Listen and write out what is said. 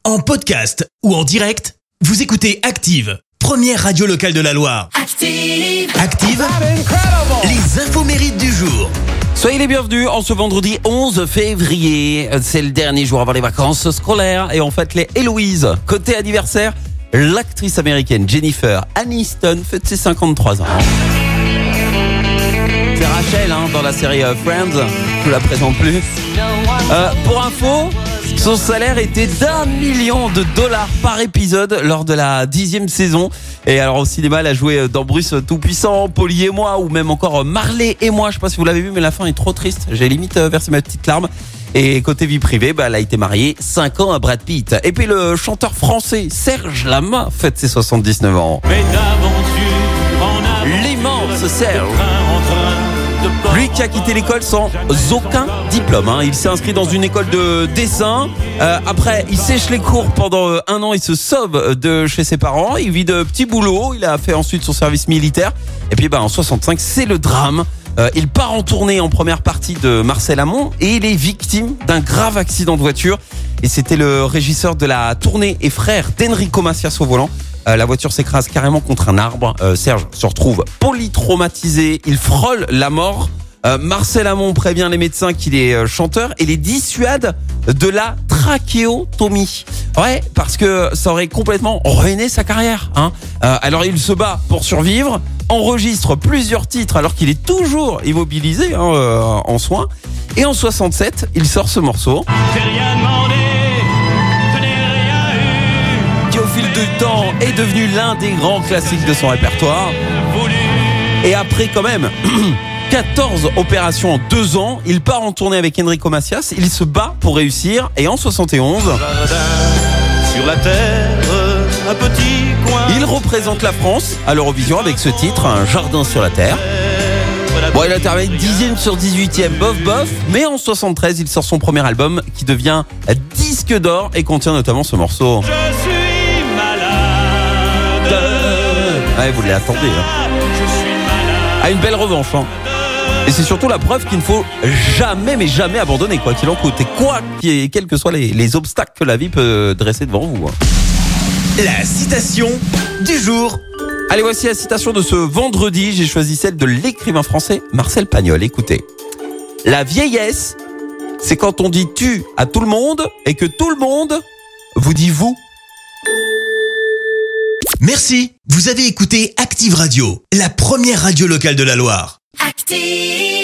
En podcast ou en direct, vous écoutez Active, première radio locale de la Loire. Active, les infos mérites du jour. Soyez les bienvenus en ce vendredi 11 février. C'est le dernier jour avant les vacances scolaires et on fête les Héloïse. Côté anniversaire, l'actrice américaine Jennifer Aniston fête ses 53 ans. C'est Rachel dans la série Friends, je vous la présente plus. Pour info, son salaire était $1 million par épisode lors de la 10e saison. Et alors au cinéma, elle a joué dans Bruce Tout-Puissant, Polly et moi, ou même encore Marley et moi. Je sais pas si vous l'avez vu, mais la fin est trop triste. J'ai limite versé ma petite larme. Et côté vie privée, elle a été mariée 5 ans à Brad Pitt. Et puis le chanteur français Serge Lama fête ses 79 ans. L'immense Serge. Lui qui a quitté l'école sans aucun diplôme. Il s'est inscrit dans une école de dessin. Après, il sèche les cours pendant 1 an. Il se sauve de chez ses parents. Il vit de petits boulots. Il a fait ensuite son service militaire. Et puis en 65, c'est le drame. Il part en tournée en première partie de Marcel Amont et il est victime d'un grave accident de voiture. Et c'était le régisseur de la tournée et frère d'Enrico Macias au volant. La voiture s'écrase carrément contre un arbre. Serge se retrouve polytraumatisé. Il frôle la mort. Marcel Amont prévient les médecins qu'il est chanteur et les dissuade de la trachéotomie. Ouais, parce que ça aurait complètement ruiné sa carrière. Alors il se bat pour survivre, enregistre plusieurs titres alors qu'il est toujours immobilisé en soins. Et en 67, il sort ce morceau. J'ai rien demandé. Qui au fil du temps est devenu l'un des grands classiques de son répertoire. Et après quand même 14 opérations en 2 ans, il part en tournée avec Enrico Macias, il se bat pour réussir et en 71, sur la terre, un petit coin. Il représente la France à l'Eurovision avec ce titre, Un jardin sur la terre. Bon, il a terminé 10e sur 18e, bof, mais en 73, il sort son premier album qui devient disque d'or et contient notamment ce morceau. Je suis malade. Ouais, vous l'attendez. Je suis malade. À une belle revanche. Et c'est surtout la preuve qu'il ne faut jamais, mais jamais abandonner, quoi qu'il en coûte. Et quels que soient les obstacles que la vie peut dresser devant vous. La citation du jour. Allez, voici la citation de ce vendredi. J'ai choisi celle de l'écrivain français Marcel Pagnol. Écoutez. La vieillesse, c'est quand on dit tu à tout le monde et que tout le monde vous dit vous. Merci. Vous avez écouté Active Radio, la première radio locale de la Loire. Active.